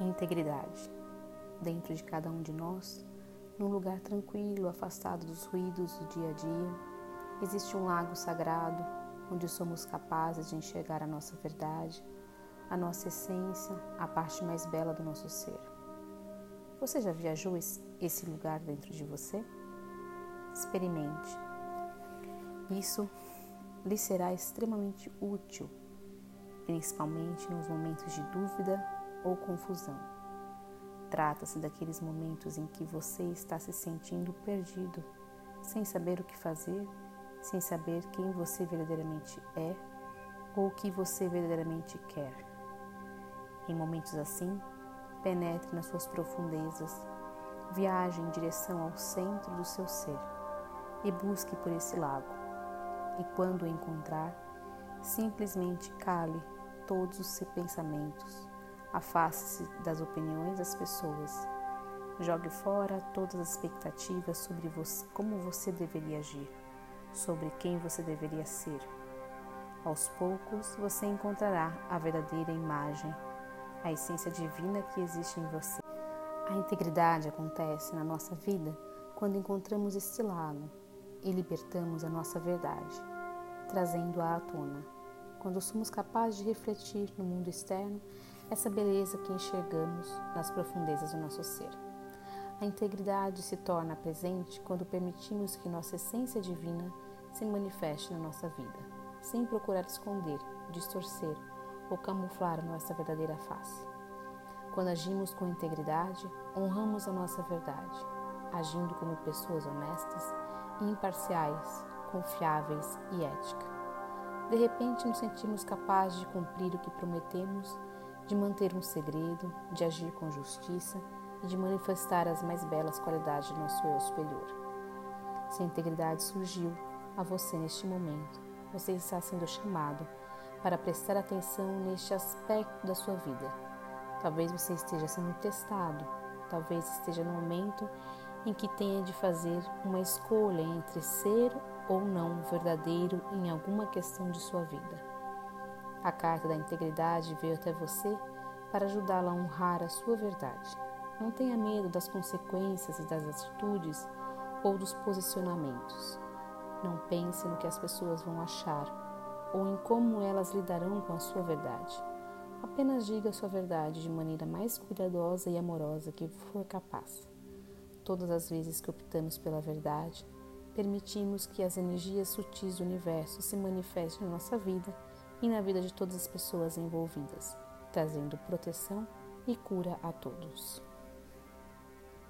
integridade. Dentro de cada um de nós, num lugar tranquilo, afastado dos ruídos do dia a dia, existe um lago sagrado onde somos capazes de enxergar a nossa verdade, a nossa essência, a parte mais bela do nosso ser. Você já viajou esse lugar dentro de você? Experimente. Isso lhe será extremamente útil, principalmente nos momentos de dúvida ou confusão. Trata-se daqueles momentos em que você está se sentindo perdido, sem saber o que fazer, sem saber quem você verdadeiramente é ou o que você verdadeiramente quer. Em momentos assim, penetre nas suas profundezas, viaje em direção ao centro do seu ser e busque por esse lago. E quando o encontrar, simplesmente cale todos os seus pensamentos, afaste-se das opiniões das pessoas, jogue fora todas as expectativas sobre você, como você deveria agir, sobre quem você deveria ser. Aos poucos, você encontrará a verdadeira imagem, a essência divina que existe em você. A integridade acontece na nossa vida quando encontramos este lago e libertamos a nossa verdade, trazendo-a à tona. Quando somos capazes de refletir no mundo externo essa beleza que enxergamos nas profundezas do nosso ser. A integridade se torna presente quando permitimos que nossa essência divina se manifeste na nossa vida, sem procurar esconder, distorcer ou camuflar a nossa verdadeira face. Quando agimos com integridade, honramos a nossa verdade, agindo como pessoas honestas e imparciais, confiáveis e éticas. De repente, nos sentimos capazes de cumprir o que prometemos, de manter um segredo, de agir com justiça e de manifestar as mais belas qualidades do nosso eu superior. Se a integridade surgiu a você neste momento, você está sendo chamado para prestar atenção neste aspecto da sua vida. Talvez você esteja sendo testado, talvez esteja no momento em que tenha de fazer uma escolha entre ser ou não verdadeiro em alguma questão de sua vida. A carta da integridade veio até você para ajudá-la a honrar a sua verdade. Não tenha medo das consequências e das atitudes ou dos posicionamentos. Não pense no que as pessoas vão achar ou em como elas lidarão com a sua verdade. Apenas diga a sua verdade de maneira mais cuidadosa e amorosa que for capaz. Todas as vezes que optamos pela verdade, permitimos que as energias sutis do universo se manifestem na nossa vida e na vida de todas as pessoas envolvidas, trazendo proteção e cura a todos.